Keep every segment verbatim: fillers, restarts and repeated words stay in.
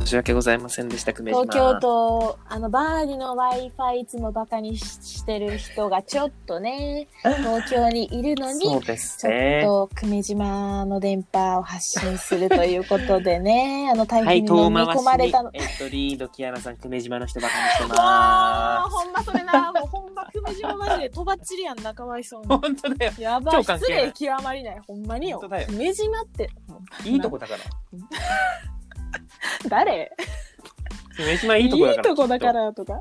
申し訳ございませんでした。久米島東京都あのバーリの Wi-Fi いつもバカに し, してる人がちょっとね東京にいるのにそうですね、 ちょっと久米島の電波を発信するということでねあの台風にはい、 飲み込まれたの、 遠回しにえっとリードキアナさん久米島の人バカにしてもうまほんまそれなもうほんま久米島マジでとばっちりやんなかわいそうにす。本当だよ。 やばい超関係ない失礼極まりないほんまによ本当だよ久米島っていいとこだから。 誰久米島いいとこだから。 いいとこだからとか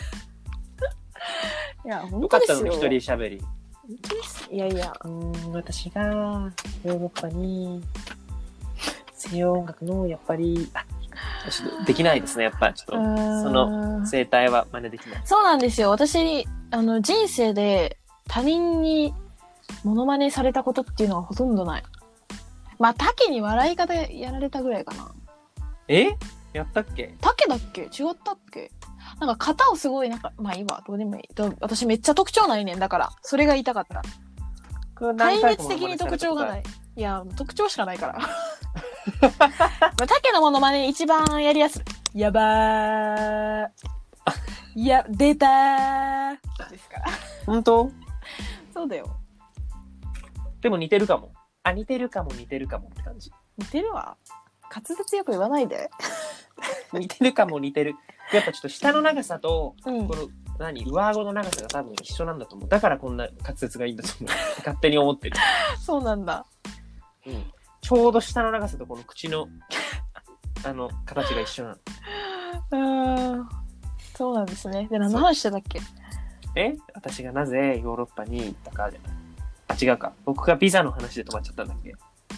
いや本よか当ですよったの一人喋り。 いやいやうーん、私がヨーロッパに西洋音楽のやっぱりあちょっとできないですね。やっぱちょっとその生態は真似できない。 そうなんですよ。私あの人生で他人にモノマネされたことっていうのはほとんどない。まあタケに笑い方やられたぐらいかな。 えやったっけ？ タケだっけ？違ったっけ？なんか型をすごいなんかまあいいわどうでもいい。私めっちゃ特徴ないねんだからそれが言いたかった。壊滅的に特徴がない。いや特徴しかないから。タケのモノマネ一番やりやすい。やばー。いや出たーですから。 本当？ そうだよ。 でも似てるかも。あ似てるかも似てるかもって感じ。 似てるわ。滑舌よく言わないで。 似てるかも似てる。やっぱちょっと下の長さと、 うん、 この何上顎の長さが多分一緒なんだと思う。だからこんな滑舌がいいんだと思う。勝手に思ってる。 そうなんだ。 うん。ちょうど下の長さとこの口のあの形が一緒なの。あそうなんですね。で何の話してたっけ？ え私がなぜヨーロッパに行ったかじゃない。あ違うか。僕がビザの話で止まっちゃったんだっけ。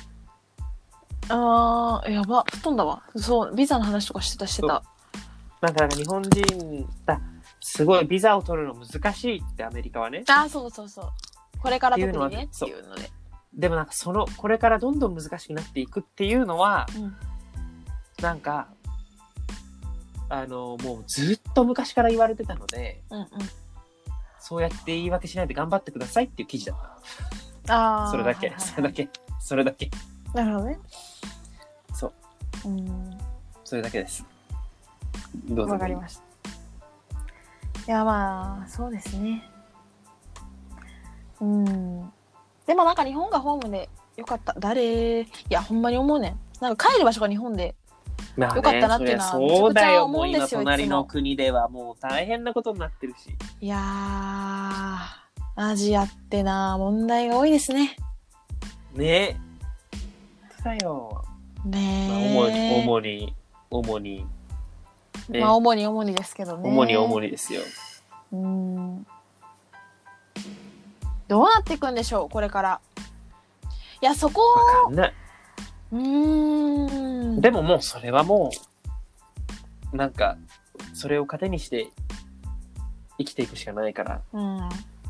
あーやば吹っ飛んだわ。そうビザの話とかしてたしてた。 なんかなんか日本人だすごいビザを取るの難しいってアメリカはね。 あそうそうそう。これから特にねってっていうので。 でもなんかそのこれからどんどん難しくなっていくっていうのは、 うん、なんかあのもうずっと昔から言われてたので、 うんうん、 そうやって言い訳しないで頑張ってくださいっていう記事だった。 あそれだけ、はいはいはい、それだけそれだけ。 なるほどね。 そう。 うん。 それだけです。どうぞ。 わかりました。いやまあそうですね。うん。でもなんか日本がホームでよかった。誰いやほんまに思うねん。なんか帰る場所が日本でよかったなっていうのはめちゃくちゃ思うんですよ。 今隣の国ではもう大変なことになってるし。 いやーアジアってな問題が多いですね。 ねえ。だよ。 ねえ。 まあ、主に主に主に、 ね、まあ主に主にですけどね。 主に主にですよ。 うん。どうなっていくんでしょうこれから。いやそこわかんない。 うーん。 でももうそれはもうなんかそれを糧にして生きていくしかないから。 うん。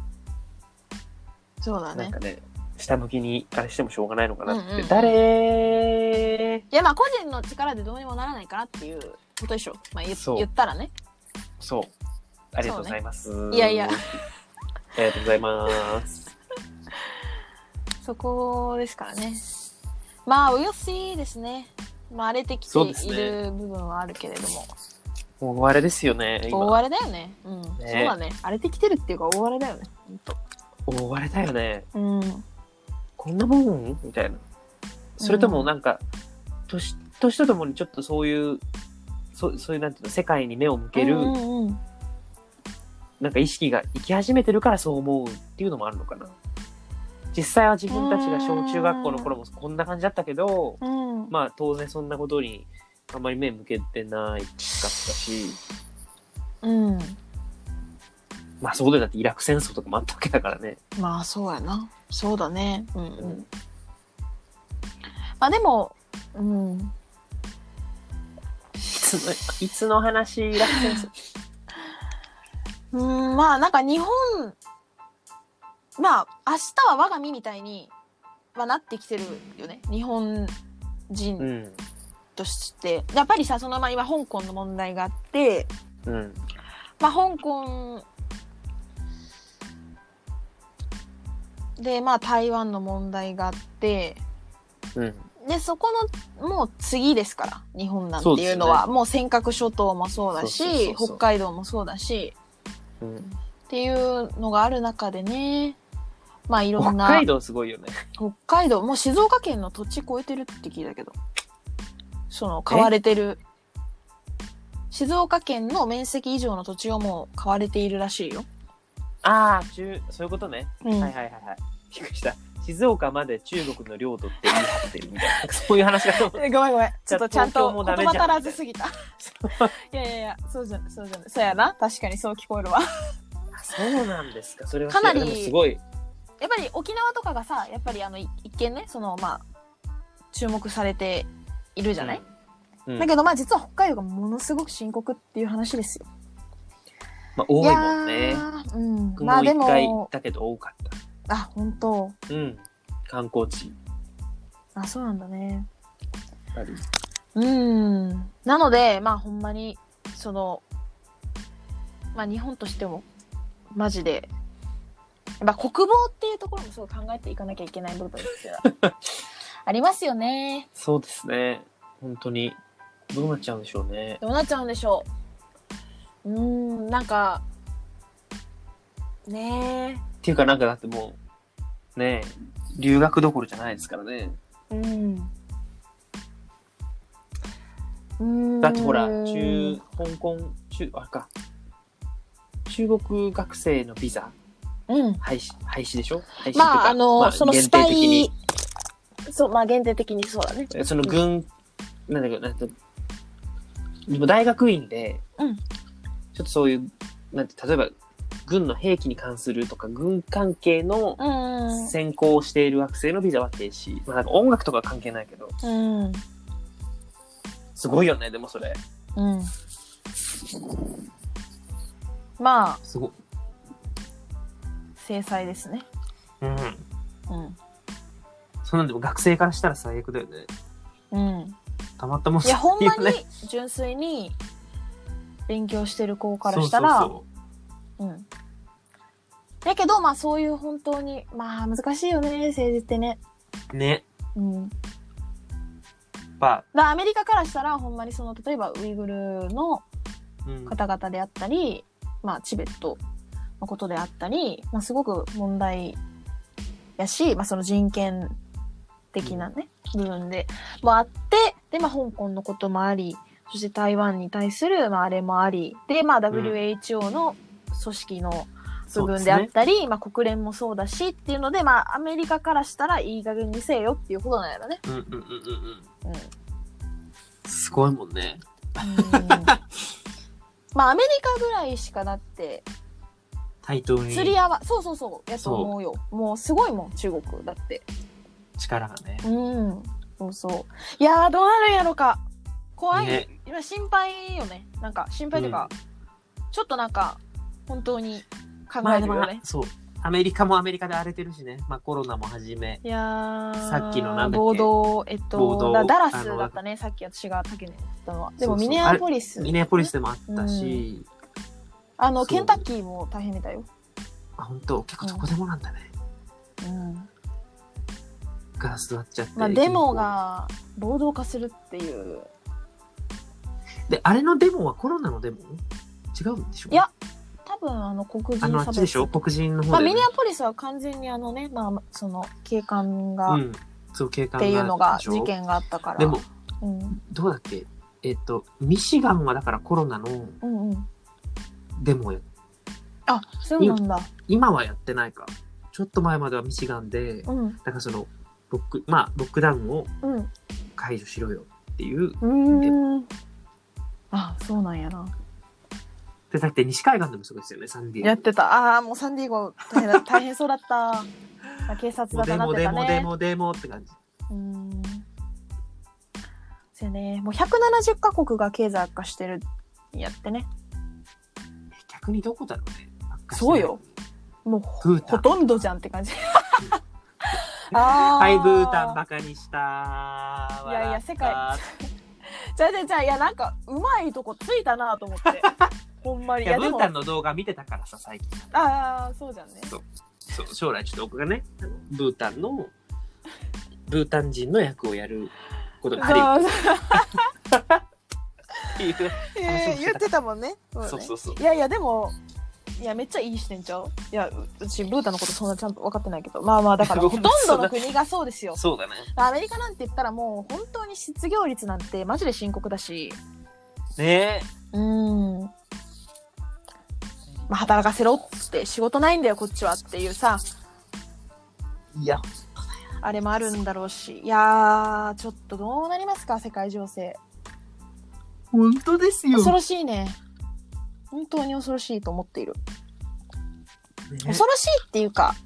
そうだね。 なんかね下向きにあれしてもしょうがないのかなって。うんうんうん、 誰？いやまあ個人の力でどうにもならないかなっていうことでしょ。まあ 言, 言ったらね。 そう。ありがとうございます。 ね、いやいや。 ありがとうございます。 そこですからね。まあおよしですね。まあ荒れてきている部分はあるけれども。 もう大荒れですよね。 今大荒れだよね。うん。ね、そうだね。荒れてきてるっていうか大荒れだよね。本当。 大荒れだよね。 うん。 こんなもんみたいな。それともなんか、うん、年年とともにちょっとそういうそそういうなんていうの世界に目を向ける、うんうんうん、なんか意識がいき始めてるからそう思うっていうのもあるのかな。実際は自分たちが小中学校の頃もこんな感じだったけど、うん、まあ当然そんなことにあんまり目向けてないかったし、うん、まあそこでだってイラク戦争とかもあったわけだからね。 まあそうやな。そうだね。うんうん。うん、まあでも、うん。 いつのいつの話イラク戦争。 うんまあなんか日本まあ明日は我が身みたいにはなってきてるよね。日本人として、うん、やっぱりさそのまあ今香港の問題があって、うん、まあ香港でまあ台湾の問題があって、うん、 で、そこの、もう次ですから、日本なんていうのは。うね、もう尖閣諸島もそうだし、そうそうそうそう、北海道もそうだし、うん、っていうのがある中でね、まあいろんな。 北海道すごいよね。 北海道、もう静岡県の土地超えてるって聞いたけど。その、買われてる。静岡県の面積以上の土地をもう買われているらしいよ。 ああ、中、そういうことね。うん、はいはいはいはい。びっくりした。静岡まで中国の領土って言い張ってるみたいな。そういう話が。 ごめんごめん。ちょっとちゃんと言葉足らずすぎた。いやいやいや、そうじゃない、そうじゃない。そうやな。確かにそう聞こえるわ。 そうなんですか。それはかなり、 すごい。 やっぱり沖縄とかがさ、やっぱりあの、一見ね、その、まあ、注目されているじゃない、うんうん、だけどまあ実は北海道がものすごく深刻っていう話ですよ。 まあ多いもんね。うん。まあでも。もう一回行ったけど多かった。 あ、本当。 うん。観光地。 あ、そうなんだね。やっぱり。うん。なので、まあほんまに、その、まあ日本としても、マジで、やっぱ国防っていうところもすごい考えていかなきゃいけない部分ですよ。ありますよね。 そうですね。本当に。どうなっちゃうんでしょうね。 どうなっちゃうんでしょう。うーん、なんか、ねえ。 っていうかなんかだってもう、ねえ、留学どころじゃないですからね。うん。うん。だってほら、中、香港、中、あれか。中国学生のビザ、うん、廃止、廃止でしょ廃止とか。 まあ、あの、まあ、そのスパイ、そう、まあ限定的にそうだね。 その軍、うん、なんだけど、なんて、でも大学院で、うん、ちょっとそういう、なんて、例えば、軍の兵器に関するとか、軍関係の専攻をしている学生のビザは停止。まあ、なんか音楽とかは関係ないけど。うん、すごいよね、でもそれ。うん。 まあ、 すごい。 制裁ですね。うん。うん。 そんなんでも学生からしたら最悪だよね。うん。たまったもん、 ね。いや、ほんまに純粋に勉強してる子からしたら、そうそうそう。うん。だけど、まあそういう本当に、まあ難しいよね、政治ってね。 ね。うん。 まあ、アメリカからしたら、ほんまにその、例えばウイグルの方々であったり、うん、まあチベットのことであったり、まあすごく問題やし、まあその人権的なね、うん、部分でもあって、で、まあ香港のこともあり、そして台湾に対する、まああれもあり、で、まあ ダブリューエイチオー の組織の部分であったり、ね、まあ国連もそうだしっていうので、まあアメリカからしたらいい加減にせえよっていうことなんやろね。うんうんうんうん。うん。 すごいもんね。 うんまあアメリカぐらいしかだって、 対等に。 釣り合わ、そうそうそう、やと思うよ。うもうすごいもん、中国だって。 力がね。 うん。そうそう。いやー、どうなるんやろか。怖い。ね、今心配よね。なんか、心配というか、うん、ちょっとなんか、本当に考えるよね。まあまあ、 そう。アメリカもアメリカで荒れてるしね。まあコロナもはじめ。 いやー。 さっきのなんだっけ。 暴動、えっと、だダラスだったね。さっき私が竹に言ったのは。でもミネアポリス。 ミネアポリスでもあったし。うん、 あの、ケンタッキーも大変みたいよ。 あ、本当結構どこでもなんだね。うん。ガラス割っちゃって。 まあ、デモが暴動化するっていう。 で、あれのデモはコロナのデモ違うんでしょう？ いや、多分あの黒人差別。 あの、あっちでしょ？黒人の方で、ね。 まあ、ミネアポリスは完全にあのね、まあ、その、警官が、うん、 そう、警官が。 っていうのが、事件があったから。 でも、うん、どうだっけ？えっと、ミシガンはだからコロナのデモや、 うんうん、あ、そうなんだ。 今はやってないか。ちょっと前まではミシガンで、うん、だからその、ロック、まあ、ロックダウンを解除しろよっていう。うん。 あ、そうなんやな。 で、だって西海岸でもそうですよね、サンディエゴ。 やってた。ああ、もうサンディエゴ大変だ大変そうだった。警察だったなってたね。 デモデモデモデモって感じ。うん。 そうね。もうひゃくななじゅっカ国が経済悪化してるんやってね。 逆にどこだろうね。 そうよ。もうほとんどじゃんって感じ。 あはい、ブータンバカにした。 いやいや、世界。じゃあじゃあじゃあ、いや、なんか、うまいとこついたなと思って。ほんまに。 いや、ブータンの動画見てたからさ、最近。 ああ、そうじゃんね。 そう。そう、将来ちょっと僕がね、ブータンの、 ブータン人の役をやることがハリウッドっていうえー、言ってたもんね。 そうね。そうそうそう。 いやいやでもいやめっちゃいい視点ちゃう。いやうちブータンのことそんなちゃんと分かってないけど、まあまあだからほとんどの国がそうですよ。 そうだね。 アメリカなんて言ったらもう本当に失業率なんてマジで深刻だし。 ねうえ。 ん。まあ働かせろって仕事ないんだよこっちはっていうさ。 いや。 あれもあるんだろうし、いやーちょっとどうなりますか世界情勢。 本当ですよ。 恐ろしいね。本当に恐ろしいと思っている。ね、恐ろしいっていうか、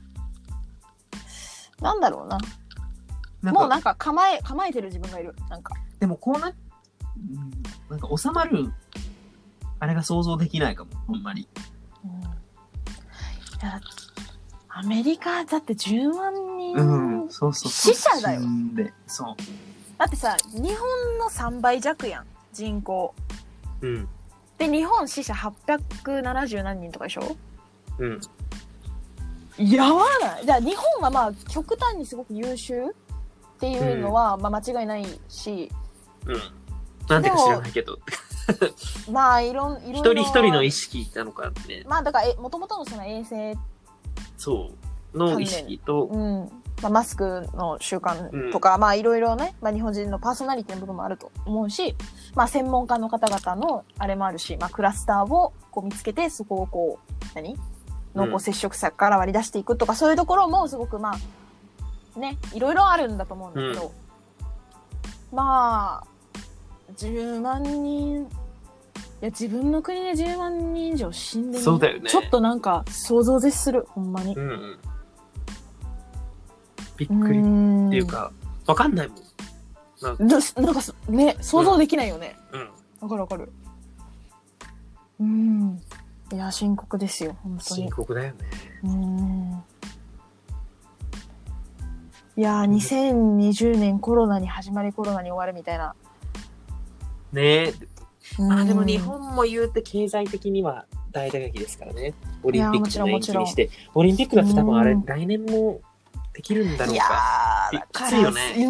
なんだろうな。なんもうなんか構え構えてる自分がいる。なんか。 でもこうな、うん、なんか収まるあれが想像できないかも。ほんまに。うん、いやアメリカだってじゅうまんにん、 うん、そうそうそう死者だよ。 そう。 だってさ、日本のさんばい弱やん、人口。 うん。 で、日本死者はっぴゃくななじゅう何人とかでしょ？ うん。 やばない？じゃあ日本はまあ極端にすごく優秀っていうのは、まあ間違いないし。 うん。なんでか知らないけど。 まあいろん、いろいろ。 一人一人の意識なのかね。 まあだから、もともとのその衛生そうの意識と、 うんまあ、マスクの習慣とか、うん、まあいろいろね、まあ、日本人のパーソナリティの部分もあると思うし、まあ、専門家の方々のあれもあるし、まあ、クラスターをこう見つけてそこをこう何濃厚接触者から割り出していくとか、うん、そういうところもすごくまあねいろいろあるんだと思うんだけど、うん、まあじゅうまんにんいや自分の国でじゅうまんにん以上死んでる、 そうだよね、 ちょっとなんか想像絶するほんまに、うんうん、 びっくりっていうかわかんないもんなんかなんかね想像できないよね、うん、わかるわかるうんいや深刻ですよ本当に深刻だよねうんいやにせんにじゅうねんコロナに始まりコロナに終わるみたいなねえまあでも日本も言うて経済的には大打撃ですからね。オリンピックの延期にして。オリンピックだって多分あれ、来年もできるんだろうか。いやー、きついよね。うん、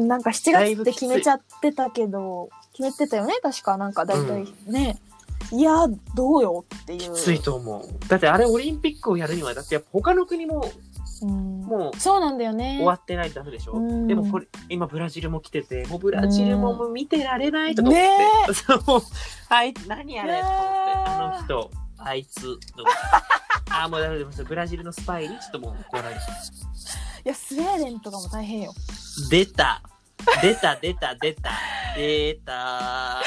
なんかしちがつって決めちゃってたけど、決めてたよね、確か。なんか大体ね。うん、いや、どうよっていう。 きついと思う。だってあれオリンピックをやるには、だってやっぱ他の国も、 うん、もうそうなんだよね終わってないとダメでしょ、うん、でもこれ今ブラジルも来ててもうブラジルももう見てられないとか思って、ね、そうあい何あれと思ってあの人あいつあもうダメですブラジルのスパイにちょっともう怒られていやスウェーデンとかも大変よ出た出た出た出た出た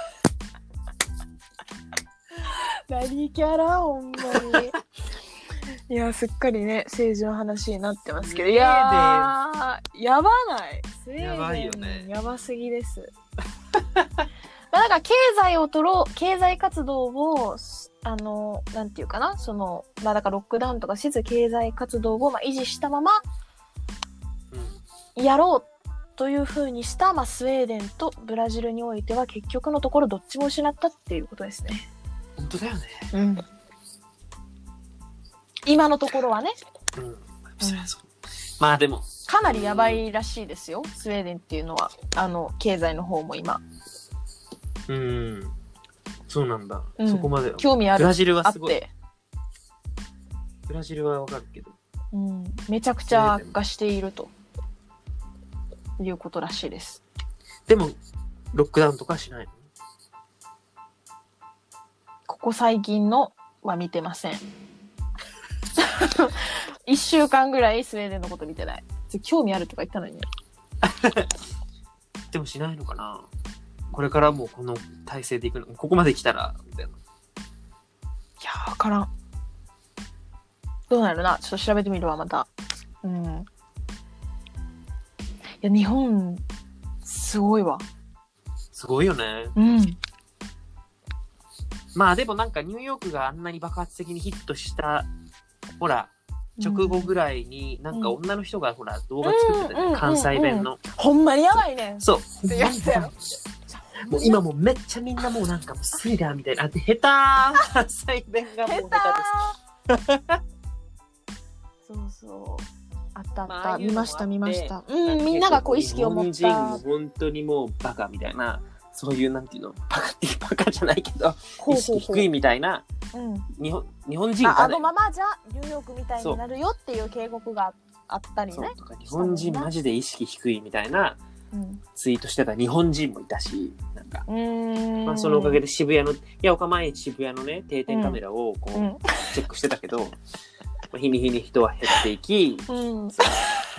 何キャラほんまにいやすっかりね政治の話になってますけどいやーやばないスウェーデンやばいよねやばすぎですまあなんか経済を取ろう経済活動をあのなんていうかなそのまあだからロックダウンとかせず経済活動をまあ維持したままやろうという風にした、まあ、スウェーデンとブラジルにおいては結局のところどっちも失ったっていうことですね本当だよねうん今のところはね、 うんうん、そりゃそうまあでもかなりやばいらしいですよスウェーデンっていうのはあの経済の方も今うんそうなんだ、うん、そこまで興味あるブラジルはすごいブラジルはわかるけど、 うん、めちゃくちゃ悪化しているということらしいですでもロックダウンとかしないのここ最近のは見てませんいっしゅうかんぐらいスウェーデンのこと見てない興味あるとか言ったのにでもしないのかなこれからもうこの体制でいくのここまで来たらみたいないやー分からんどうなるなちょっと調べてみるわまたうんいや日本すごいわすごいよねうんまあでもなんかニューヨークがあんなに爆発的にヒットしたほら直後ぐらいになんか女の人がほら動画作ってたじゃん、うん、関西弁の、うんうんうん、 ほんまにやばいねそうってやつやろもう今もうめっちゃみんなもうなんかもうスリラーみたいなあで下手関西弁がもう下手ですそうそうあったあった、 まあああいう見ましたのもあって見ましたうんみんながこう意識を持った日本人も本当にもうバカみたいなそういうなんていうのバカってバカじゃないけどほうほうほう意識低いみたいなうん日本日本人ああがねのままじゃニューヨークみたいになるよっていう警告があったりねそうとか日本人マジで意識低いみたいなうんツイートしてた日本人もいたしなんか、 うーんまあ、そのおかげで渋谷のいや岡毎日渋谷のね定点カメラをこう、 うんチェックしてたけど、まあ、日に日に人は減っていきうんそう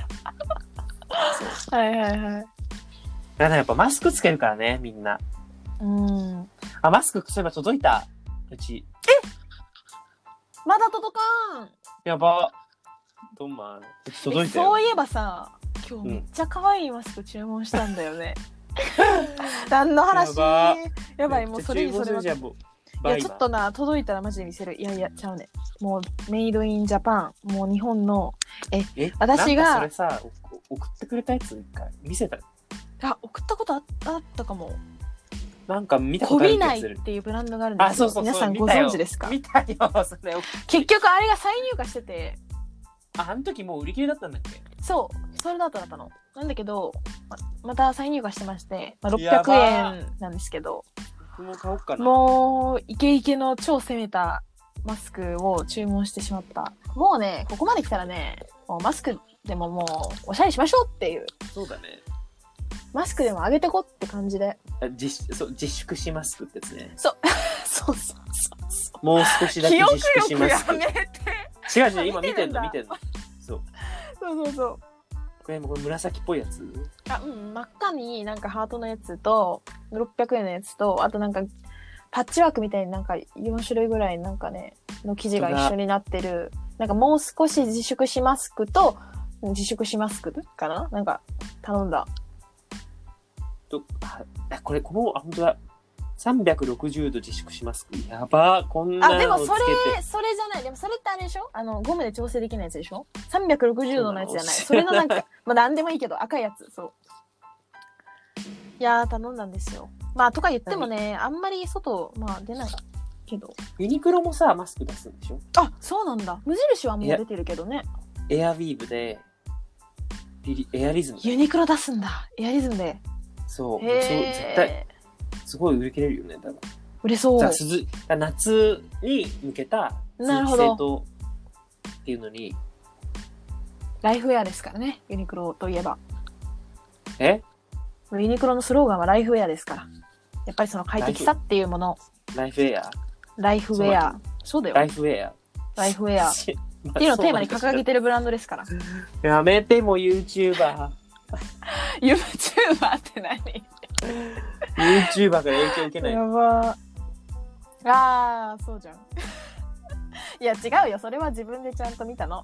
はいはいはいだからやっぱマスクつけるからねみんなうんあマスクそういえば届いたうちまだ届かんやばどんまんうち届いたよそういえばさ今日めっちゃ可愛いマスク注文したんだよね、何の話やばやばいもうそれにそれはじゃあもういやちょっとな届いたらマジで見せるいやいやちゃうねもうメイドインジャパンもう日本のえ私がなんかそれさお送ってくれたやつ一回見せたあ送ったことああったかもなんか見たここびないとある気がするっていうブランドがあるんですよあそうそうそう皆さんご見たよ存知ですか見たよそれ結局あれが再入荷しててああの時もう売り切れだったんだっけそうそれだっただったのなんだけど ま, また再入荷してまして、まあ、ろっぴゃくやばえんなんですけど僕も買おうかなもうイケイケの超攻めたマスクを注文してしまったもうねここまで来たらねもうマスクでももうおしゃれしましょうっていうそうだねマスクでも上げてこって感じであ自そう自粛しマスクってやつねそうそうそうそうもう少しだけ記憶自粛し力やマスクめて違う違う今見て見てるんだんの見てんのそうそうそうそうこれもこれ紫っぽいやつあうん真っ赤になんかハートのやつとろっぴゃくえんのやつとあとなんかパッチワークみたいになんかよん種類ぐらいなんかねの生地が一緒になってるなんかもう少し自粛しマスクと自粛しマスクかななんか頼んだとあこれこのあ本当ださんびゃくろくじゅうど自粛しマスクやばこんなのあでもつけてそれそれじゃないでもそれってあれでしょあのゴムで調整できないやつでしょさんびゃくろくじゅうどのやつじゃないそれのなんかまあ何でもいいけど赤いやつそういやー頼んだんですよまあとか言ってもねあんまり外まあ出ないけどユニクロもさマスク出すんでしょあそうなんだ無印はもう出てるけどねエアウィーヴでリリエアリズムユニクロ出すんだエアリズムでそうそうへ絶対えすごい売り切れるよね多分売れそうじゃあ涼夏に向けたなるほど通気性とっていうのにライフウェアですからねユニクロといえばえユニクロのスローガンはライフウェアですからやっぱりその快適さっていうものライフエアライフウェアそうだよライフエアライフウェアっっていうのをテーマに掲げてるブランドですからやめてもう YouTuber YouTuber って何 YouTuber から影響受けないやばあーそうじゃんいや違うよそれは自分でちゃんと見たの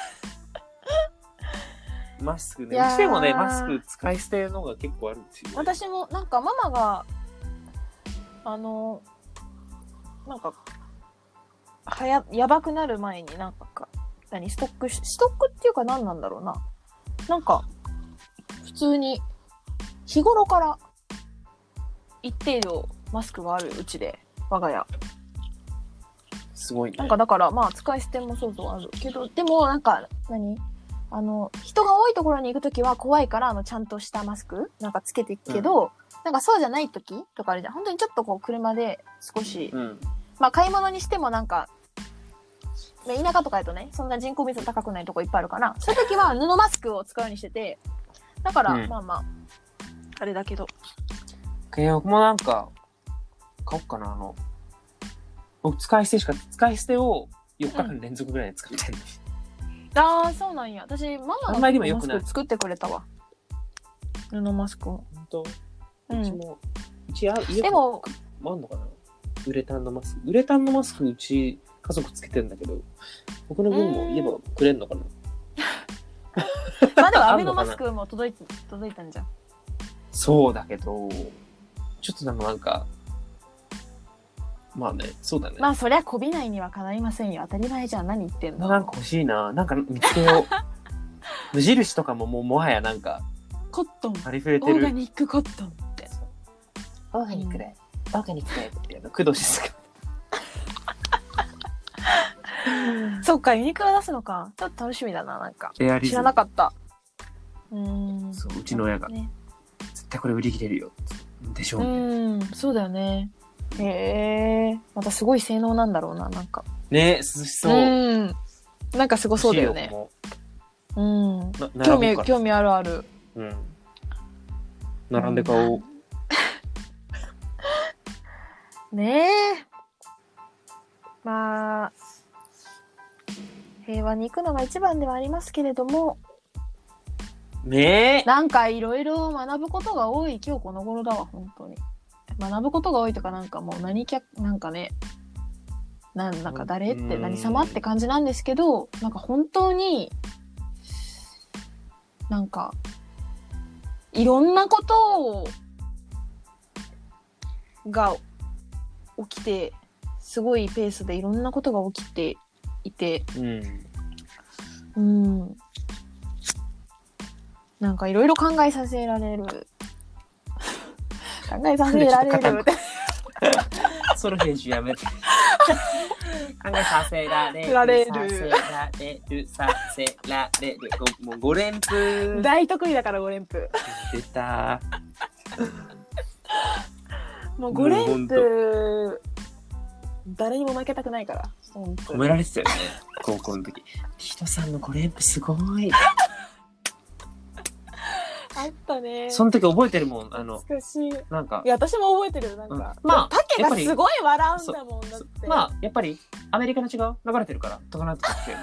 マスクねいやーうちでもねマスク使い捨てのが結構あるんですよ、ね、 私もなんかママがあのなんかはややばくなる前になんか何ストックしストックっていうか何なんだろうななんか普通に日頃から一定量マスクがあるうちで我が家すごいねなんかだからまあ使い捨てもそうそうあるけどでもなんか何あの人が多いところに行くときは怖いからあのちゃんとしたマスクなんかつけていくけど、うん、なんかそうじゃないときとかあるじゃん本当にちょっとこう車で少し、 うん、 まあ買い物にしてもなんか田舎とかやとねそんな人口密度高くないとこいっぱいあるからそういう時は布マスクを使うようにしててだから、うん、まあまああれだけど僕もなんか買おうかなあの僕使い捨てしか使い捨てをよっかかん連続ぐらいで使ってるの、 うん、ああそうなんや私ママのマスク作ってくれたわ布マスクを本当、 うん、 うちもうちあ家でもあんのかなウレタンのマスクウレタンのマスクうち家族つけてんだけど僕の分も言えばくれんのかなまあでもアベノマスクも届いて届いたんじゃんそうだけどちょっとでもなんかまあねそうだねまあそりゃこびないにはかないませんよ当たり前じゃん何言ってんのなんか欲しいななんか見つけよう無印とかももうもはやなんかコットンありふれてるオーガニックコットンってオーガニックで、うん、オーガニックでっていうの工藤静香そっか、ユニクロ出すのか。ちょっと楽しみだな、なんか。 エアリズム知らなかった。うーん。 そう、うちの親が、 ね、 絶対これ売り切れるよ。でしょう、ね。 うん、そうだよね。へえ。またすごい性能なんだろうな、なんか。 ね、涼しそう。 うん。なんかすごそうだよね。うん。興味、興味あるある。 うん。並んで買おう。 ねえ。まあ、平和に行くのが一番ではありますけれども、 ねえ。 なんかいろいろ学ぶことが多い今日この頃だわ、本当に。学ぶことが多いとか、なんかもう何キャ、なんかね、なん、なんか誰って何様って感じなんですけど、なんか本当に、なんか、いろんなことを、が起きて、すごいペースでいろんなことが起きていて、うん。うん。なんかいろいろ考えさせられる。考えさせられる。 ソルフェージュやめて。考えさせられる。 られる。 させられる。させられる。もうご連符。 大得意だからご連符。 出た。 もうご連符。誰にも負けたくないから。 褒められてたよね。高校の時。人さんのご連符すごい。 あったね。 その時覚えてるもん。あの、 懐かしい。 なんか。 いや、私も覚えてる。なんか。うん、 まあ、 タケがすごい笑うんだもんだって。 まあ、やっぱり、アメリカの違う流れてるから、とかなんとかっていうの。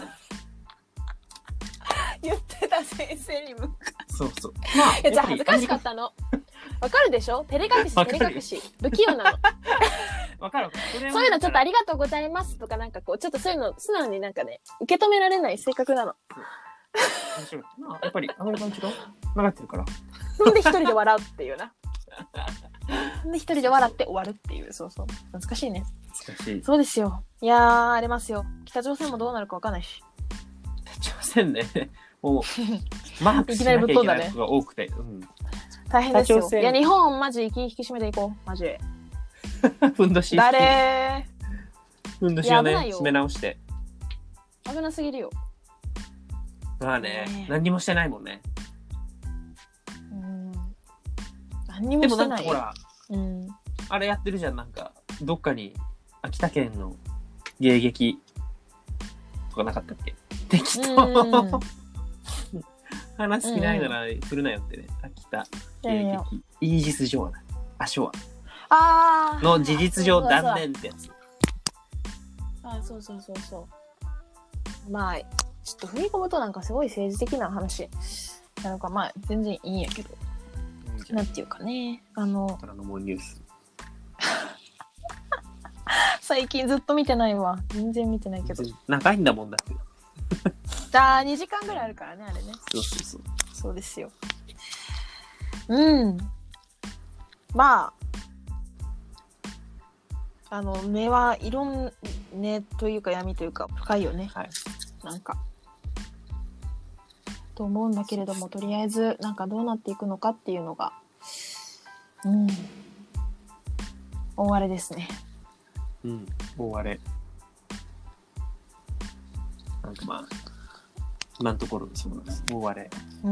言ってた先生に向かそうそう。まあ、 いや、じゃあ恥ずかしかったの。わかるでしょ？照れ隠し、照れ隠し。不器用なの。 わかる。 そういうのちょっとありがとうございますとかなんかこう、ちょっとそういうの素直になんかね、受け止められない性格なの。 面白い。まあ、やっぱりアメリカの違う流れてるから。 なんで一人で笑うっていうな。なんで一人で笑って終わるっていう、そうそう。懐かしいね。 懐かしい。 そうですよ。いやー、ありますよ。北朝鮮もどうなるかわかんないし。 北朝鮮ね。もう、マークしなきゃいけないことが多くて。うん、 大変ですよ。いや、日本マジ気引き締めていこう。マジで。 ふんどし。 誰ふんどしをね、締め直して。 危なすぎるよ。 まあね、ね何にもしてないもんね。 うん。何にもしてない。 でもなんかほら、うん、あれやってるじゃん、なんか、どっかに、秋田県の芸劇とかなかったっけ？適当。話す気ないなら振るなよってね。秋田芸劇。イージス・ジョアな。あ、ショア。の事実上断念ってやつ。 あ、そうそうそうそう。まあ、ちょっと踏み込むとなんかすごい政治的な話なのか、まあ全然いいんやけど。うん、なんていうかね。あの。 からのもうニュース。 最近ずっと見てないわ。全然見てないけど。 長いんだもんだって。 じゃあにじかんぐらいあるからね、あれね。 そうそうそう。 そうですよ。うん。まあ、あの、根はいろん、根というか闇というか深いよね。 はい。 なんか。と思うんだけれども、とりあえず、なんかどうなっていくのかっていうのが、うん。大荒れですね。 うん、大荒れ。なんかまあ、今のところそうなんです。大荒れ。 うん。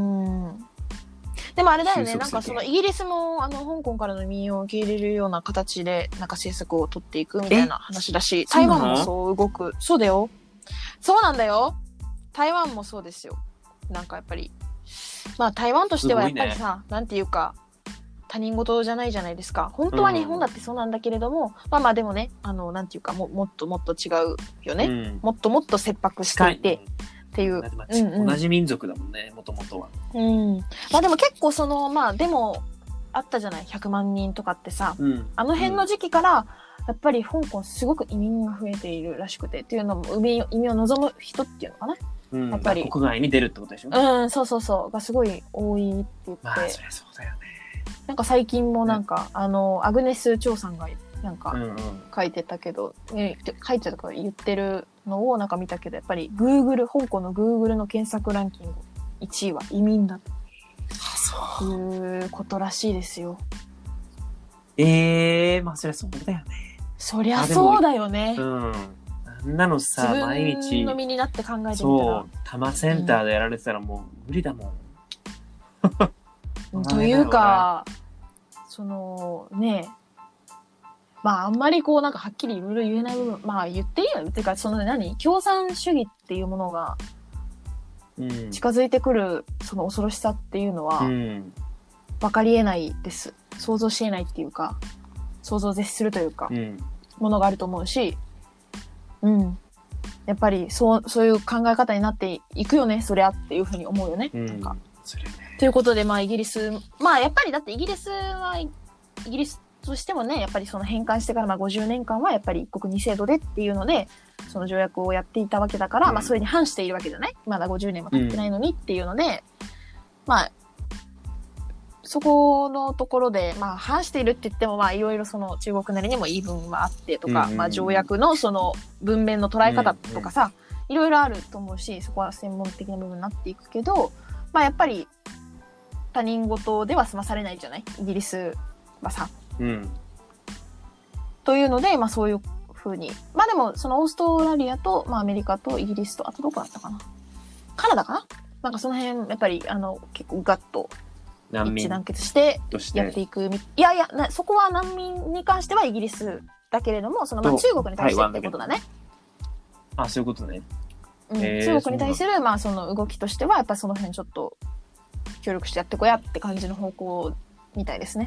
でもあれだよね、なんかそのイギリスもあの香港からの移民を受け入れるような形でなんか政策を取っていくみたいな話だし、台湾もそう動く。そうだよ。そうなんだよ。台湾もそうですよ。なんかやっぱり、まあ台湾としてはやっぱりさ、ね、なんていうか、他人事じゃないじゃないですか。本当は日本だってそうなんだけれども、うん、まあまあでもね、あの、なんていうか、も、もっともっと違うよね。うん、もっともっと切迫していて、っていう、 うんうん。同じ民族だもんね、もともとは。 うん。まあでも結構その、まあでも、あったじゃない、ひゃくまんにんとかってさ、うん、あの辺の時期から、やっぱり香港すごく移民が増えているらしくて、っていうのも、移民移民を望む人っていうのかな。 うん、やっぱり。国外に出るってことでしょ。 うん、そうそうそう。がすごい多いって言って。 まあ、そりゃそうだよね。 なんか最近もなんか、うん、あの、アグネス・チョウさんがなんか書いてたけど、うんうん、書いてたとか言ってるのをなんか見たけど、やっぱり Google、香港の Google の検索ランキングいちいは移民だということらしいですよ。 ええー、まあそりゃそうだよね。 そりゃそうだよね。 うん。 あんなのさ、 自毎日分の身になって考えてみたら。 そう、多摩センターでやられてたらもう無理だもん。 うん、というか、そのね、まああんまりこうなんかはっきりいろいろ言えない部分、まあ言っていいよね。っていうかその何共産主義っていうものが近づいてくるその恐ろしさっていうのは分かり得ないです。想像し得ないっていうか、想像を絶するというか、うん、ものがあると思うし、うん。やっぱりそう、そういう考え方になっていくよね、そりゃっていうふうに思うよね。うん、なんかそれね。ということで、まあイギリス、まあやっぱりだってイギリスは、イギリスとしてもね、やっぱりその返還してからまあごじゅうねんかんはやっぱり一国二制度でっていうので、その条約をやっていたわけだから、うん、まあそれに反しているわけじゃない？まだごじゅうねんも経ってないのにっていうので、うん、まあ、そこのところで、まあ、反しているって言っても、まあ、いろいろその中国なりにも言い分はあってとか、うんうん、まあ、条約のその文面の捉え方とかさ、うんうん、いろいろあると思うし、そこは専門的な部分になっていくけど、まあ、やっぱり他人事では済まされないじゃない？イギリスはさ。うん、というので、まあ、そういうふうに。まあ、でも、そのオーストラリアと、まあ、アメリカとイギリスと、あとどこだったかな？カナダかな？なんかその辺、やっぱり、あの、結構ガッと、一致団結してやっていく。いやいや、そこは難民に関してはイギリスだけれども、そのまあ中国に対してってことだね。 あ、そういうことね。 うん、中国に対するまあその動きとしてはやっぱりその辺ちょっと協力してやってこやって感じの方向みたいですね。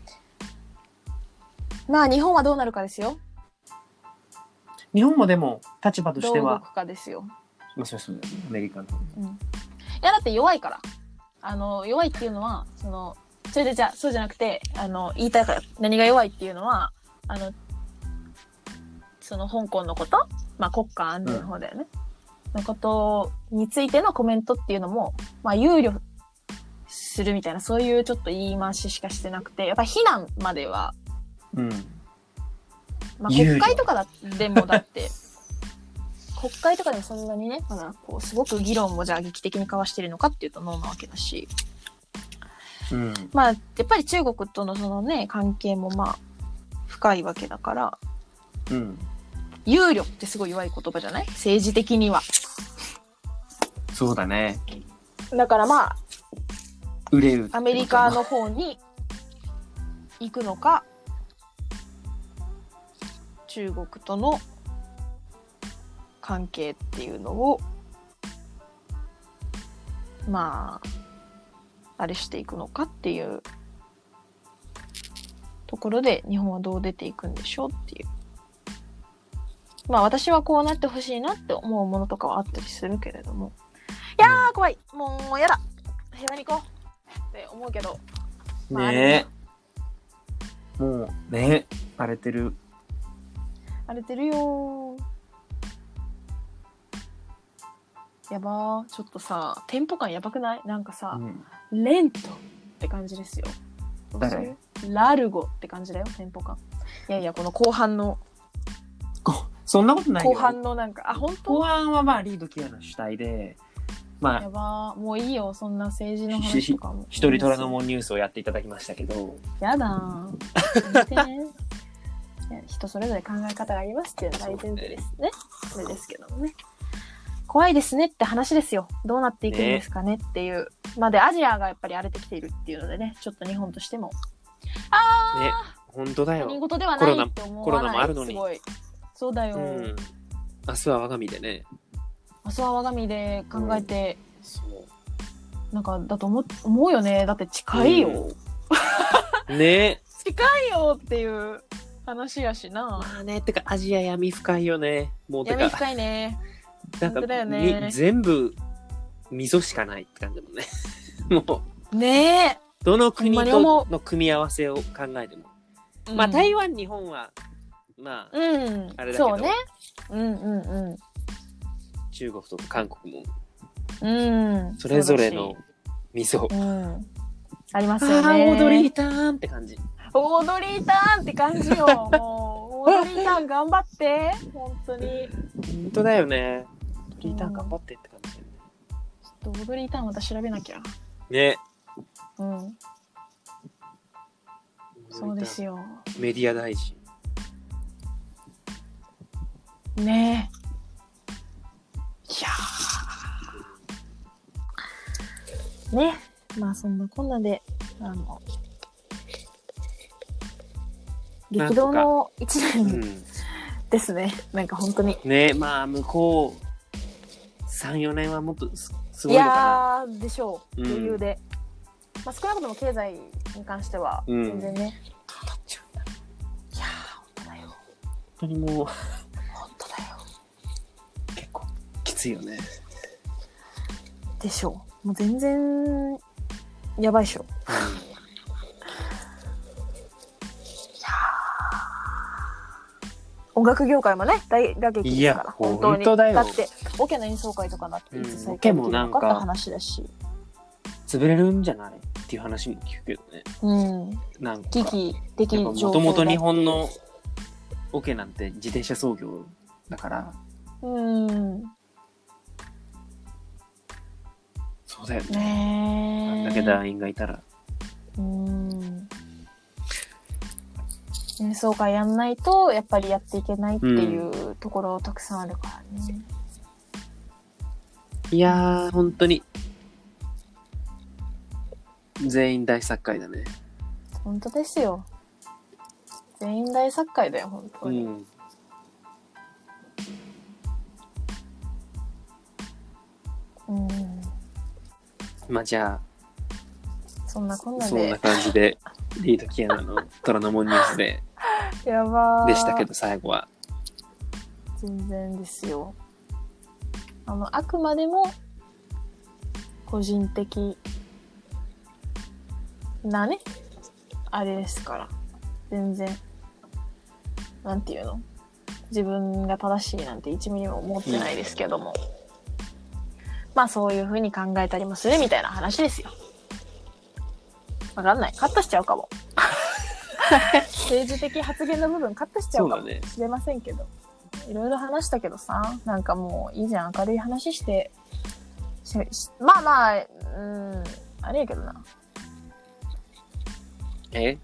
まあ日本はどうなるかですよ。 日本もでも立場としてはどう動くかですよ。 まあそうそうアメリカの。 うん。いやだって弱いから。あの弱いっていうのはそのそれでじゃあそうじゃなくてあの言いたいから何が弱いっていうのはあのその香港のこと、まあ、国家安全法だよね、うん、のことについてのコメントっていうのもまあ憂慮するみたいなそういうちょっと言い回ししかしてなくてやっぱり非難までは、うんまあ、国会とかだでもだって国会とかでもそんなにね、まだこうすごく議論をじゃあ劇的に交わしてるのかっていうとノーなわけだし、うん、まあやっぱり中国とのそのね関係もまあ深いわけだから、うん、憂慮ってすごい弱い言葉じゃない？政治的には。 そうだね。 だからまあ憂うアメリカの方に行くのか、中国との関係っていうのをまああれしていくのかっていうところで日本はどう出ていくんでしょうっていう。まあ私はこうなってほしいなって思うものとかはあったりするけれども、いやー怖い、もうやだ、平和に行こうって思うけど、まあ、 ねえもうね荒れてる荒れてるよー。やばー、ちょっとさテンポ感やばくない？なんかさ、うん、レントって感じですよ。 誰？ ラルゴって感じだよテンポ感。いやいやこの後半のそんなことないよ。 後半のなんかあ本当後半はまあリードキアの主体でまあやばーもういいよそんな政治の話とかも。 一人虎ノ門ニュースをやっていただきましたけど。 やだー人それぞれ考え方がありますっていうのが大前提ですね。それですけどもね。怖いですねって話ですよ。どうなっていくんですかねっていう。ね、まあでアジアがやっぱり荒れてきているっていうのでね、ちょっと日本としても。あー、 ね、本当だよ。 他人事ではないって思わない。 コロナもあるのに。 すごい。そうだよ、うん。 明日は我が身でね。 明日は我が身で考えて、うん、そうなんかだと思、思うよね。だって近いよ。 うん、ね。 近いよっていう話やしな。 まあね、てかアジア闇深いよね。もうてか闇深いね。 なんか、ね、全部溝しかないって感じだもんね。もうねえ。 どの国との組み合わせを考えても、うん、まあ台湾日本はまあ、うん、あれだけど、 そうね。うんうんうん。 中国とか韓国も、 うん、 それぞれの溝、うん、 ありますよね。 あーオードリーターンって感じ。 オードリーターンって感じよ。もうオードリーターン頑張って本当に。 本当だよね。オードリーターン頑張ってって感じだよね。 ちょっとオードリーターンまた調べなきゃ。 ね。 うん。そうですよ。 メディア大臣。 ねえ。 やー。ね。まあそんなこんなで、あの、激動の一年、うん、ですね。なんか本当に。 ね、まあ向こうさん、よねんはもっとすごいのかな。 いやーでしょう。余裕で。うん、まあ少なくとも経済に関しては全然ね。うん、いやー本当だよ。 本当にもう本当だよ。 結構きついよね。 でしょう。もう全然やばいっしょ。うん音楽業界もね大打撃ですから本当に。 本当だよ。 だってオケの演奏会とかだっていつ再開できるのかって話だし、 潰れるんじゃないっていう話も聞くけどね。 うん。 なんか危機的状況だって。 もともと日本のオケなんて自転車操業だから。 うん。 そうだよね。 ねあんだけ団員がいたら。 うん。演奏会やんないとやっぱりやっていけないっていうところたくさんあるからね。 うん、いやー本当に全員大殺界だね。 本当ですよ。全員大殺界だよ本当に。うん、うん、 まあじゃあそんなこんなでそんな感じでリードキアナの虎ノ門ニュースでやばでしたけど最後は全然ですよ。あのあくまでも個人的なねあれですから全然なんていうの自分が正しいなんていちミリも思ってないですけども、うん、まあそういう風に考えたりもするみたいな話ですよ。わかんない。カットしちゃうかも。政治的発言の部分カットしちゃうかもしれませんけど、ね、いろいろ話したけどさ、なんかもういいじゃん、明るい話してまあまあうんあれやけどな。 え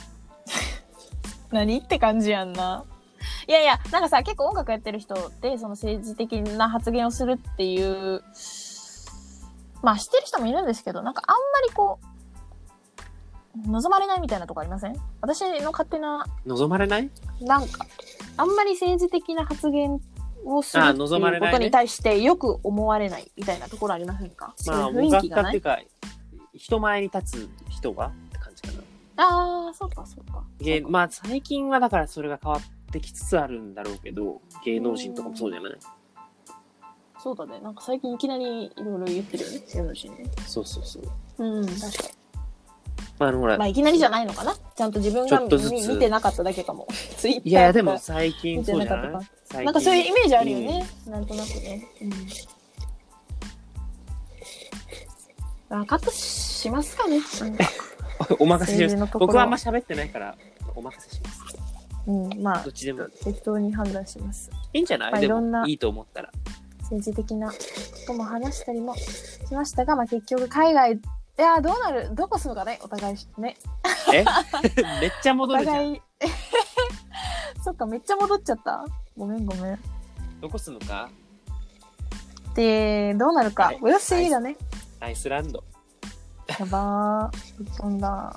何って感じやんな。いやいやなんかさ結構音楽やってる人ってその政治的な発言をするっていうまあ知ってる人もいるんですけど、なんかあんまりこう望まれないみたいなとこありません？私の勝手な望まれない？ なんかあんまり政治的な発言をするっていうことに対してよく思われないみたいなところありませんか？ まあそういう雰囲気がない。 音楽家っていうか人前に立つ人がって感じかな。 ああそうかそうか。 芸まあ最近はだからそれが変わってきつつあるんだろうけど、芸能人とかもそうじゃない？ そうだね。なんか最近いきなりいろいろ言ってるよね芸能人ね。 そうそうそう。 うん確かに。 まあ、ほらまあいきなりじゃないのかな。ちゃんと自分が見てなかっただけかも。ツイッターとかいやでも最近そうじゃない？ なんかそういうイメージあるよね。うん、なんとなくね。うん、あカットしますかね。 お任せします。僕はあんま喋ってないからお任せします。 うんまあどっちでも適当に判断します。 いいんじゃない？まあ、でもいいと思ったら。 政治的なことも話したりもしましたが、まあ結局海外いやどうなるどこ住むかねお互いね。 えめっちゃ戻るじゃん。 そっかめっちゃ戻っちゃった。ごめんごめん。 どこ住むか。 でどうなるか。およしいだね。 アイスランド。 やばー。飛んだ。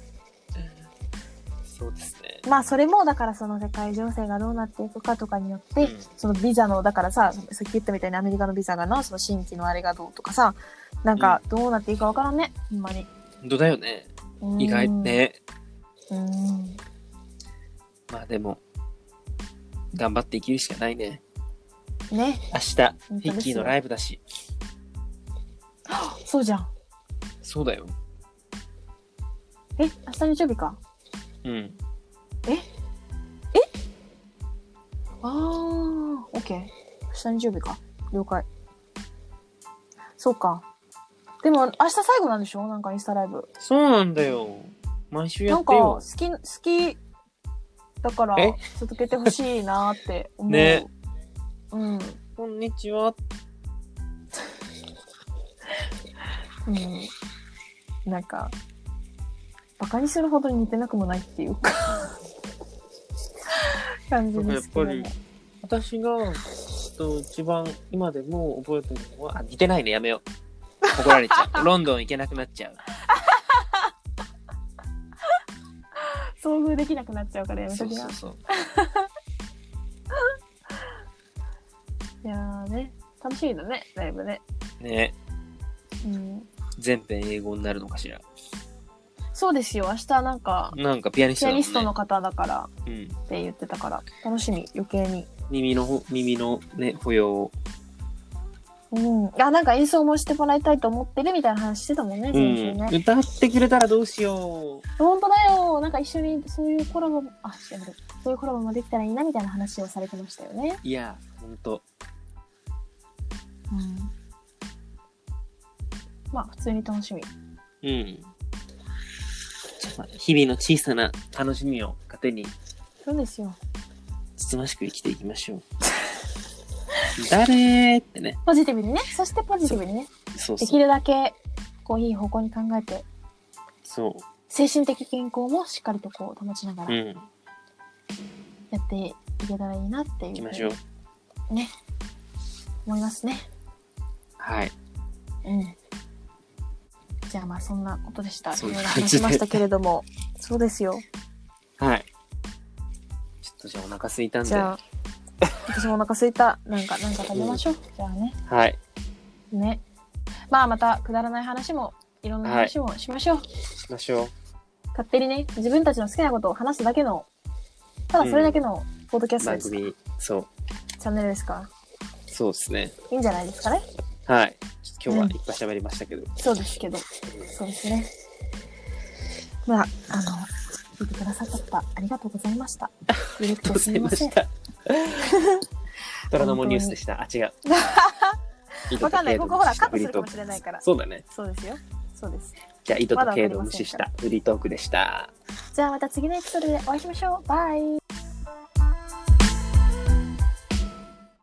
そうですね。 まあそれもだからその世界情勢がどうなっていくかとかによって、うん、そのビザのだからささっき言ったみたいにアメリカのビザがなその新規のあれがどうとかさなんかどうなっていいかわからんね、うん、ほんまに。 本当だよね。意外ね。うんまあでも頑張って生きるしかないね。 ね。 明日フィッキーのライブだし。 そうじゃん。 そうだよ。 え明日日曜日か。 うん。 ええあーオッケー。明日日曜日か。了解。そうか。でも明日最後なんでしょなんかインスタライブ。 そうなんだよ。毎週やってよ。 なんか好き好きだから続けてほしいなって思う。 ね。 うん。 こんにちは。 うん。なんかバカにするほどに似てなくもないっていうか感じですけども。 やっぱり私がと一番今でも覚えてるのは、あ、似てないね、やめよう。怒られちゃう。ロンドン行けなくなっちゃう。 遭遇できなくなっちゃうからやめときな。 そうそうそう。 いやーね、楽しいのね、ライブね。 ね。 うん。 全編英語になるのかしら。 そうですよ、明日なんか、 なんかピアニストだもんね。 ピアニストの方だからうん。 って言ってたから、楽しみ、余計に。 耳のほ、耳のね、保養を。 うん。あ、なんか演奏もしてもらいたいと思ってるみたいな話してたもんね、 う先週ね。 ん。歌ってくれたらどうしよう。 本当だよ。なんか一緒にそういうコラボも、あ、やめる。そういうコラボもできたらいいなみたいな話をされてましたよね。 いや、ほんと。 うん。まあ、普通に楽しみ。 うん。日々の小さな楽しみを糧に、 そうですよ。 つつましく生きていきましょう。誰ってね。 ポジティブにね。そしてポジティブにね。 そうそう。 できるだけ、こう、いい方向に考えて、 そ精神的健康もしっかりとこう、保ちながう。 ら、 うん。 やっていけたらいいなっていう。 行きましょう。 ね。思いますね。 はい。 うん。じゃあまあそんなことでした。いそんろいろな感じで話しましたけれども。そうですよ。 はい。ちょっとじゃあお腹空いたんで。 じゃあ、私もお腹空いた。なんか、なんか食べましょう。じゃあね。 はい。 ね。まあまたくだらない話も、いろんな話もしましょう。 しましょう。 勝手にね、自分たちの好きなことを話すだけの、ただそれだけのポッドキャストです。 番組、そう。 チャンネルですから。 そうですね。 いいんじゃないですかね。 はい。ちょっと今日はいっぱい喋りましたけど。 そうですけど。そうですね。まあ、あの、聞いてくださった方、ありがとうございました。ゆるくてすみません。 虎ノ門ニュースでした。あ、違う。 わかんない。ここほらカットするかもしれないから。 そうだね。 そうですよ。そうです。 じゃあ、意図と経度を無視したフリートークでした。 じゃあまた次のエピソードでお会いしましょう。バイ。